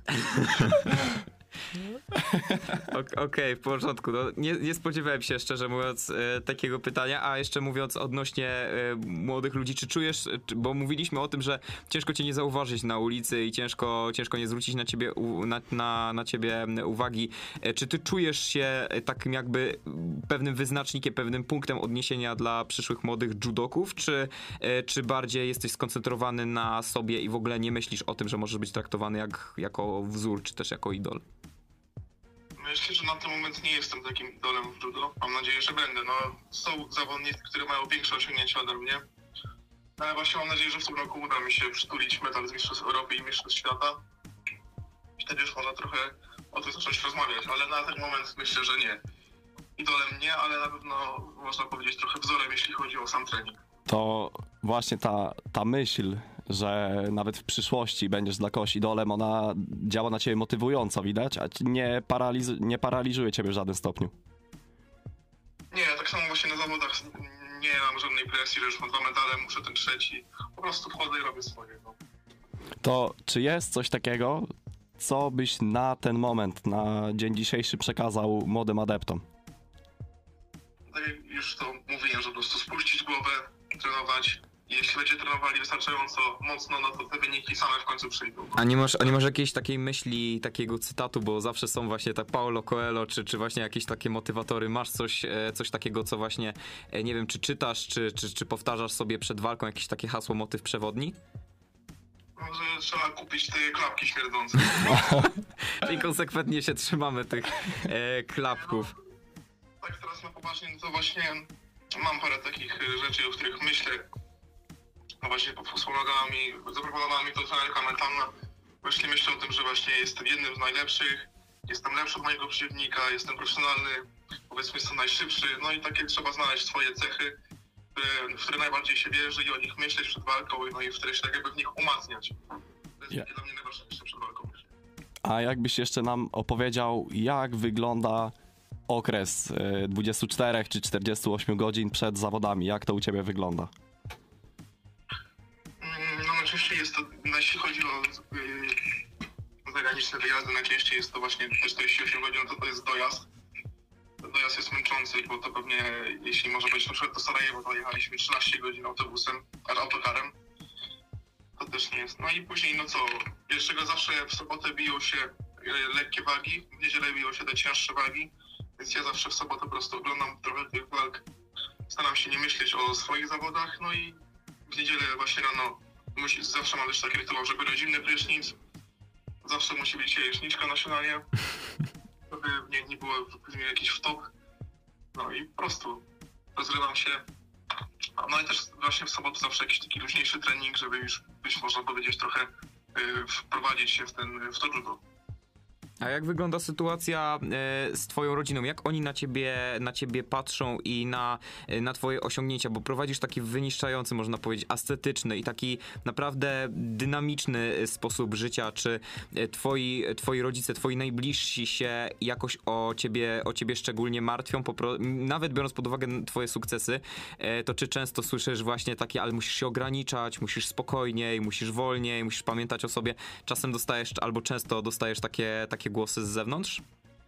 Okej, okay, w porządku. No, nie, nie spodziewałem się, szczerze mówiąc, e, takiego pytania, a jeszcze mówiąc odnośnie e, młodych ludzi, czy czujesz, czy, bo mówiliśmy o tym, że ciężko cię nie zauważyć na ulicy i ciężko, ciężko nie zwrócić na ciebie, u, na, na, na ciebie uwagi. E, czy ty czujesz się takim jakby pewnym wyznacznikiem, pewnym punktem odniesienia dla przyszłych młodych judoków, czy, e, czy bardziej jesteś skoncentrowany na sobie i w ogóle nie myślisz o tym, że możesz być traktowany jak, jako wzór, czy też jako idol? Myślę, że na ten moment nie jestem takim idolem w judo. Mam nadzieję, że będę. No, są zawodnicy, które mają większe osiągnięcia ode mnie. Ale właśnie mam nadzieję, że w tym roku uda mi się przytulić medal z Mistrzostw Europy i Mistrzostw Świata. Wtedy już można trochę o tym zacząć rozmawiać, ale na ten moment myślę, że nie. Idolem nie, ale na pewno można powiedzieć trochę wzorem, jeśli chodzi o sam trening. To właśnie ta, ta myśl, że nawet w przyszłości będziesz dla kogoś idolem, ona działa na ciebie motywująco, widać, a nie, paraliz- nie paraliżuje ciebie w żadnym stopniu. Nie, tak samo właśnie na zawodach nie mam żadnej presji, że już mam dwa medale, muszę ten trzeci. Po prostu wchodzę i robię swoje. No. To czy jest coś takiego, co byś na ten moment, na dzień dzisiejszy przekazał młodym adeptom? Tak jak już to mówiłem, że po prostu spuścić głowę, trenować. I jeśli będziecie trenowali wystarczająco mocno, no to te wyniki same w końcu przyjdą. A nie masz, a nie masz jakiejś takiej myśli, takiego cytatu, bo zawsze są właśnie tak Paulo Coelho, czy, czy właśnie jakieś takie motywatory, masz coś, e, coś takiego, co właśnie, e, nie wiem, czy czytasz, czy, czy, czy powtarzasz sobie przed walką jakieś takie hasło, motyw przewodni? Może trzeba kupić te klapki śmierdzące. Czyli konsekwentnie się trzymamy tych e, klapków. Tak teraz na poważnie, no to właśnie mam parę takich rzeczy, o których myślę. No właśnie wspomagała mi, zaproponowała mi to trenerka mentalna. Właśnie myślę o tym, że właśnie jestem jednym z najlepszych, jestem lepszy od mojego przeciwnika, jestem profesjonalny, powiedzmy jestem najszybszy, no i takie trzeba znaleźć swoje cechy, które, w które najbardziej się wierzy i o nich myśleć przed walką, no i w które się tak jakby w nich umacniać. To jest Yeah. dla mnie najważniejsze przed walką. A jakbyś jeszcze nam opowiedział, jak wygląda okres y, dwudziestu czterech czy czterdziestu ośmiu godzin przed zawodami, jak to u ciebie wygląda? No oczywiście jest to, jeśli chodzi o yy, zagraniczne wyjazdy, najczęściej jest to właśnie te czterdzieści osiem godzin, to to jest dojazd. Dojazd jest męczący, bo to pewnie, jeśli może być na przykład do Sarajewo, to jechaliśmy trzynaście godzin autobusem, aż autokarem. To też nie jest. No i później, no co, pierwszego zawsze w sobotę biją się yy, lekkie wagi, w niedzielę biją się te cięższe wagi, więc ja zawsze w sobotę po prostu oglądam trochę tych walk, staram się nie myśleć o swoich zawodach, no i w niedzielę właśnie rano musi, zawsze mam też taki rytuał, że biorę zimny prysznic. Zawsze musi być jajeczniczka na śniadanie, żeby nie, nie było jakiś wtop. No i po prostu rozgrywam się. No i też właśnie w sobotę zawsze jakiś taki luźniejszy trening, żeby już być, można powiedzieć, trochę yy, wprowadzić się w, ten, w to judo. A jak wygląda sytuacja e, z twoją rodziną? Jak oni na ciebie, na ciebie patrzą i na, e, na twoje osiągnięcia? Bo prowadzisz taki wyniszczający, można powiedzieć, ascetyczny i taki naprawdę dynamiczny sposób życia. Czy e, twoi, twoi rodzice, twoi najbliżsi się jakoś o ciebie, o ciebie szczególnie martwią? Popro- nawet biorąc pod uwagę twoje sukcesy, e, to czy często słyszysz właśnie takie, ale musisz się ograniczać, musisz spokojniej, musisz wolniej, musisz pamiętać o sobie. Czasem dostajesz, albo często dostajesz takie, takie głosy z zewnątrz?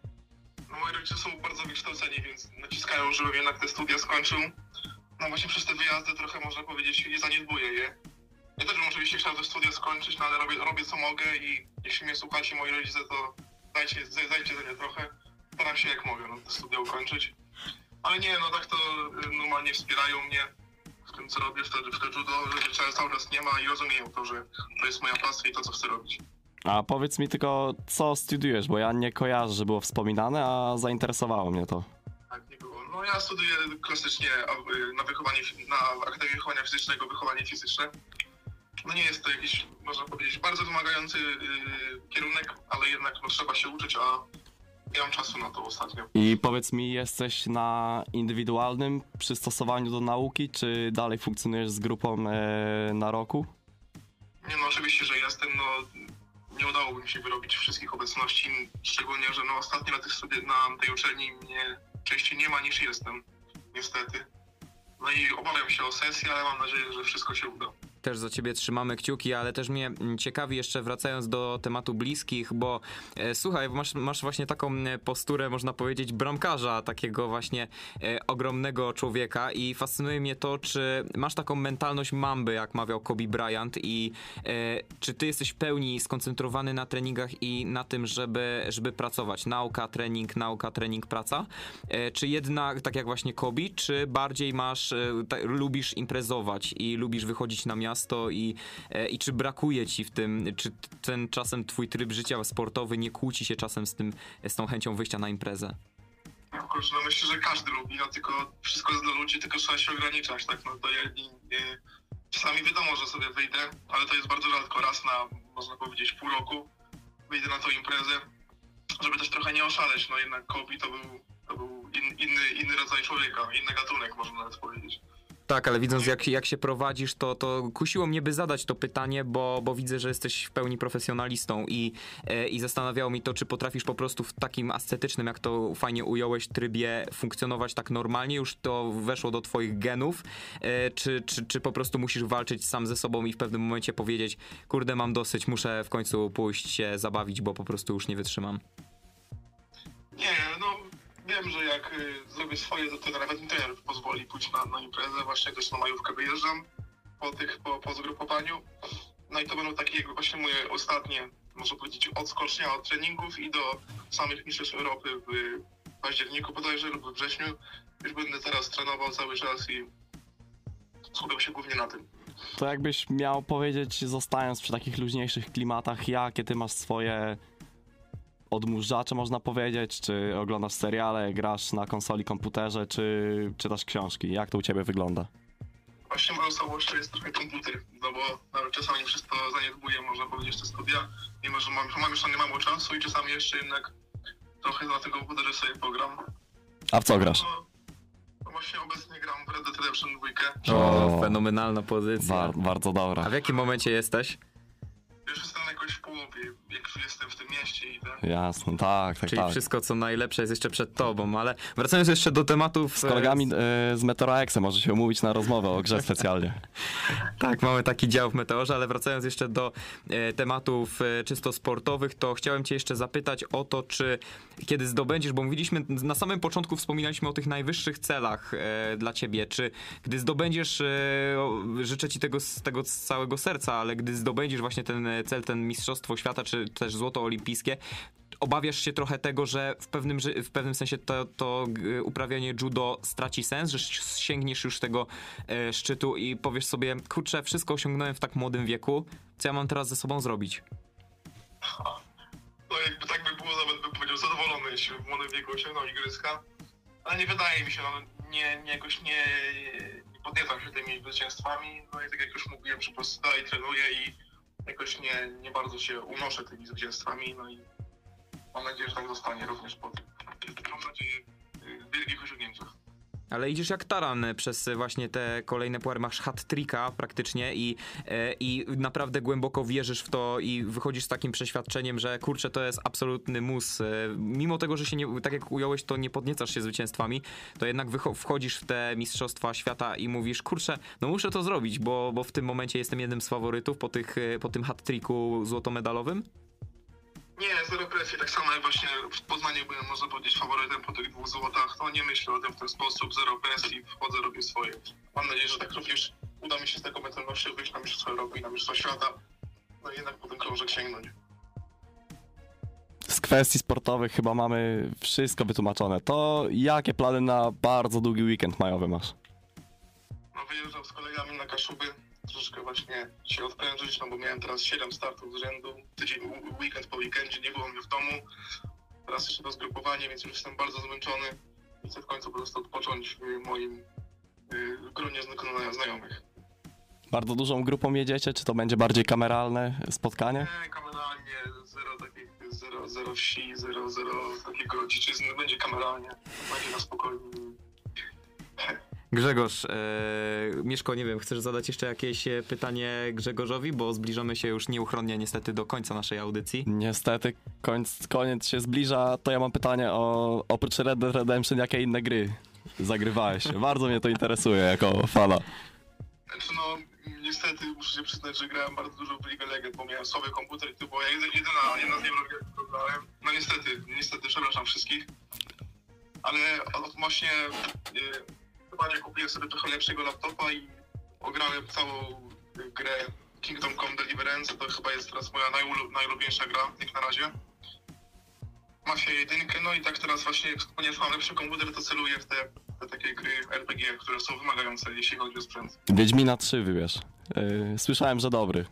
No moi rodzice są bardzo wykształceni, więc naciskają, żebym jednak te studia skończył. No właśnie przez te wyjazdy trochę, można powiedzieć, nie zaniedbuję je. Ja też bym oczywiście chciał te studia skończyć, no ale robię, robię co mogę i jeśli mnie słuchacie, moi rodzice, to dajcie, zajdzie za nie trochę. Staram się jak mogę, no, te studia ukończyć. Ale nie, no tak to normalnie wspierają mnie w tym, co robię, w te, w te judo, że cały czas nie ma i rozumieją to, że to jest moja pasja i to, co chcę robić. A powiedz mi tylko, co studiujesz, bo ja nie kojarzę, że było wspominane, a zainteresowało mnie to. Tak, nie było. No ja studiuję klasycznie na wychowanie, na Akademii Wychowania Fizycznego wychowanie fizyczne. No nie jest to jakiś, można powiedzieć, bardzo wymagający yy, kierunek, ale jednak no, trzeba się uczyć, a nie mam czasu na to ostatnio. I powiedz mi, jesteś na indywidualnym przystosowaniu do nauki, czy dalej funkcjonujesz z grupą e, na roku? Nie no, oczywiście, że jestem, no nie udało mi się wyrobić wszystkich obecności, szczególnie, że no ostatnio na, tych studi- na tej uczelni mnie częściej nie ma niż jestem, niestety. No i obawiam się o sesję, ale mam nadzieję, że wszystko się uda. Też za ciebie trzymamy kciuki, ale też mnie ciekawi jeszcze wracając do tematu bliskich, bo e, słuchaj, masz, masz właśnie taką posturę, można powiedzieć, bramkarza, takiego właśnie e, ogromnego człowieka i fascynuje mnie to, czy masz taką mentalność mamby, jak mawiał Kobe Bryant i e, czy ty jesteś w pełni skoncentrowany na treningach i na tym, żeby, żeby pracować? Nauka, trening, nauka, trening, praca? E, czy jednak, tak jak właśnie Kobe, czy bardziej masz, e, ta, lubisz imprezować i lubisz wychodzić na miasto i, e, i czy brakuje ci w tym, czy ten czasem twój tryb życia sportowy nie kłóci się czasem z tym, z tą chęcią wyjścia na imprezę? No kurczę, no myślę, że każdy lubi, no tylko wszystko jest dla ludzi, tylko trzeba się ograniczać, tak, no to ja nie, nie, czasami wiadomo, że sobie wyjdę, ale to jest bardzo rzadko, raz na, można powiedzieć, pół roku wyjdę na tą imprezę, żeby też trochę nie oszaleć, no jednak Kobe to był, to był in, inny, inny rodzaj człowieka, inny gatunek, można nawet powiedzieć. Tak, ale widząc jak, jak się prowadzisz, to, to kusiło mnie, by zadać to pytanie, bo, bo widzę, że jesteś w pełni profesjonalistą i, e, i zastanawiało mi to, czy potrafisz po prostu w takim ascetycznym, jak to fajnie ująłeś, trybie funkcjonować tak normalnie, już to weszło do twoich genów, e, czy, czy, czy po prostu musisz walczyć sam ze sobą i w pewnym momencie powiedzieć, kurde, mam dosyć, muszę w końcu pójść się zabawić, bo po prostu już nie wytrzymam. Nie, no wiem, że jak y, zrobię swoje, to, to nawet mi trener pozwoli pójść na, na imprezę, właśnie też na majówkę wyjeżdżam po tych, po, po zgrupowaniu. No i to będą takie jakby właśnie moje ostatnie, można powiedzieć, odskocznia od treningów i do samych mistrzostw Europy w październiku bodajże lub we wrześniu. Już będę teraz trenował cały czas i skupiam się głównie na tym. To jakbyś miał powiedzieć, zostając przy takich luźniejszych klimatach, jakie ty masz swoje odmurzacze, można powiedzieć, czy oglądasz seriale, grasz na konsoli, komputerze, czy czytasz książki? Jak to u ciebie wygląda? Właśnie moją całością jest trochę komputer, no bo nawet czasami przez to zaniedbuję, można powiedzieć, te studia, mimo że mam, mam już na nie mało czasu i czasami jeszcze jednak trochę na tym komputerze sobie pogram. A w co grasz? No, no właśnie obecnie gram w Red Dead Redemption dwa. O, O, fenomenalna pozycja. Bar- bardzo A dobra. w jakim momencie jesteś? Już jestem jakoś w połowie, jak już jestem w tym mieście i tak. Jasne, tak, tak, Czyli tak. wszystko, co najlepsze jest jeszcze przed tobą, ale wracając jeszcze do tematów... Z kolegami e, z Meteora Exe może się umówić na rozmowę o grze specjalnie. Tak, mamy taki dział w Meteorze, ale wracając jeszcze do e, tematów e, czysto sportowych, to chciałem cię jeszcze zapytać o to, czy kiedy zdobędziesz, bo mówiliśmy, na samym początku wspominaliśmy o tych najwyższych celach e, dla ciebie, czy gdy zdobędziesz, e, o, życzę ci tego z tego z całego serca, ale gdy zdobędziesz właśnie ten cel, ten mistrzostwo świata, czy też złoto olimpijskie, obawiasz się trochę tego, że w pewnym, w pewnym sensie to, to uprawianie judo straci sens, że sięgniesz już tego e, szczytu i powiesz sobie, kurczę, wszystko osiągnąłem w tak młodym wieku, co ja mam teraz ze sobą zrobić? No jakby tak by było, nawet bym powiedział zadowolony, jeśli w młodym wieku osiągnął igrzyska. Ale nie wydaje mi się, no nie, nie jakoś nie, nie podniecam się tymi zwycięstwami. No i tak jak już mówiłem, że po prostu dalej trenuję i jakoś nie, nie bardzo się unoszę tymi zwycięstwami. No i mam nadzieję, że tak zostanie również po tym. Mam nadzieję wielkich osiągnięciach. Ale idziesz jak taran przez właśnie te kolejne puary, masz hat-tricka praktycznie i, e, i naprawdę głęboko wierzysz w to i wychodzisz z takim przeświadczeniem, że kurczę, to jest absolutny mus. E, mimo tego, że się nie, tak jak ująłeś, to nie podniecasz się zwycięstwami, to jednak wycho- wchodzisz w te mistrzostwa świata i mówisz, kurczę, no muszę to zrobić, bo, bo w tym momencie jestem jednym z faworytów po, tych, po tym hat-tricku złotomedalowym. Nie, zero presji. Tak samo jak właśnie w Poznaniu byłem, można powiedzieć, faworytem po tych dwóch złotach, to nie myślę o tym w ten sposób, zero presji, wchodzę, robię swoje. Mam nadzieję, że tak również uda mi się z taką mentalnością wyjść na Mistrzostwa Europy i na Mistrzostwa Świata, no i jednak po ten krążek sięgnąć. Z kwestii sportowych chyba mamy wszystko wytłumaczone. To jakie plany na bardzo długi weekend majowy masz? No wyjeżdżam z kolegami na Kaszuby, troszeczkę właśnie się odprężyć, no bo miałem teraz siedem startów z rzędu, tydzień, weekend po weekendzie, nie było mnie w domu. Teraz jeszcze to zgrupowanie, więc już jestem bardzo zmęczony i chcę w końcu po prostu odpocząć w moim w gronie znajomych. Bardzo dużą grupą jedziecie, czy to będzie bardziej kameralne spotkanie? Nie, kameralnie, zero takich, zero, zero wsi, zero, zero takiego dziczyzny, będzie kameralnie, będzie na spokojnie. Grzegorz, e, Mieszko, nie wiem, chcesz zadać jeszcze jakieś pytanie Grzegorzowi, bo zbliżamy się już nieuchronnie niestety do końca naszej audycji. Niestety końc, koniec się zbliża, to ja mam pytanie o oprócz Red Dead Redemption, jakie inne gry zagrywałeś się. Bardzo mnie to interesuje jako fana. Znaczy no, niestety muszę się przyznać, że grałem bardzo dużo w League of Legends, bo miałem słaby komputer i to była jedyna, jedna z niewielu gier, którą grałem. No niestety, niestety, przepraszam wszystkich. Ale od właśnie yy, chyba nie kupiłem sobie trochę lepszego laptopa i ograłem całą grę Kingdom Come Deliverance. To chyba jest teraz moja najulu- najulubieńsza gra, jak na razie. Mafię jedynkę, no i tak teraz właśnie, ponieważ mam lepszy komputer, to celuję w te, te takie gry R P G, które są wymagające, jeśli chodzi o sprzęt. Wiedźmina trzy wybierz. Yy, słyszałem, że dobry.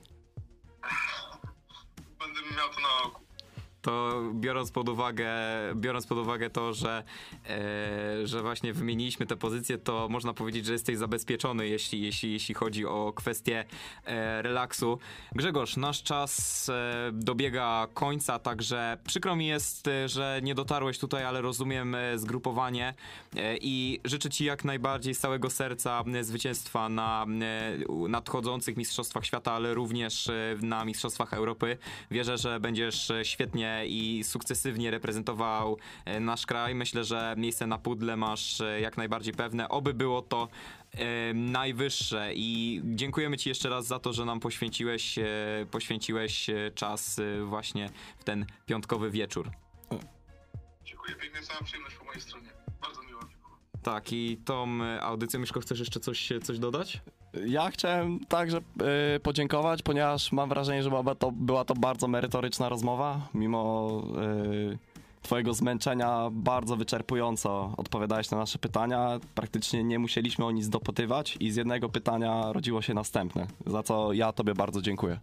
Będę miał to na oku. To biorąc pod uwagę, biorąc pod uwagę to, że, e, że właśnie wymieniliśmy te pozycje, to można powiedzieć, że jesteś zabezpieczony, jeśli, jeśli, jeśli chodzi o kwestię e, relaksu. Grzegorz, nasz czas e, dobiega końca, także przykro mi jest, e, że nie dotarłeś tutaj, ale rozumiem e, zgrupowanie e, i życzę ci jak najbardziej z całego serca e, zwycięstwa na e, nadchodzących Mistrzostwach Świata, ale również e, na Mistrzostwach Europy. Wierzę, że będziesz e, świetnie i sukcesywnie reprezentował e, nasz kraj. Myślę, że miejsce na pudle masz e, jak najbardziej pewne. Oby było to e, najwyższe i dziękujemy ci jeszcze raz za to, że nam poświęciłeś, e, poświęciłeś e, czas e, właśnie w ten piątkowy wieczór. Dziękuję pięknie, cała przyjemność po mojej stronie. Bardzo miło. Tak, i tą e, audycją, Mieszko, chcesz jeszcze coś, coś dodać? Ja chciałem także yy, podziękować, ponieważ mam wrażenie, że była to, była to bardzo merytoryczna rozmowa. Mimo yy, twojego zmęczenia bardzo wyczerpująco odpowiadałeś na nasze pytania. Praktycznie nie musieliśmy o nic dopytywać i z jednego pytania rodziło się następne, za co ja tobie bardzo dziękuję.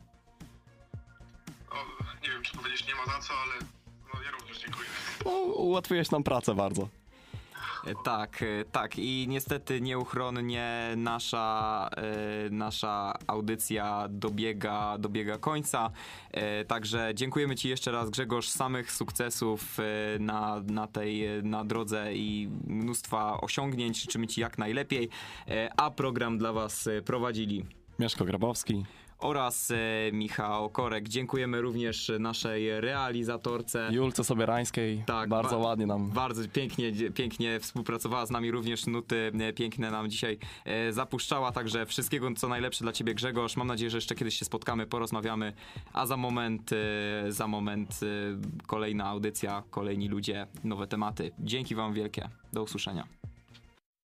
O, nie wiem, czy powiedzieć nie ma za co, ale no, ja również dziękuję. No, ułatwiłeś nam pracę bardzo. Tak, tak i niestety nieuchronnie nasza, e, nasza audycja dobiega, dobiega końca, e, także dziękujemy ci jeszcze raz, Grzegorz, samych sukcesów e, na, na tej na drodze i mnóstwa osiągnięć, życzymy ci jak najlepiej, e, a program dla was prowadzili Mieszko Grabowski oraz e, Michał Korek. Dziękujemy również naszej realizatorce. Julce Sobierańskiej, Tak, bardzo ba- ładnie nam. Bardzo pięknie, pięknie współpracowała z nami, również nuty e, piękne nam dzisiaj e, zapuszczała, także wszystkiego co najlepsze dla ciebie, Grzegorz. Mam nadzieję, że jeszcze kiedyś się spotkamy, porozmawiamy, a za moment, e, za moment e, kolejna audycja, kolejni ludzie, nowe tematy. Dzięki wam wielkie, do usłyszenia.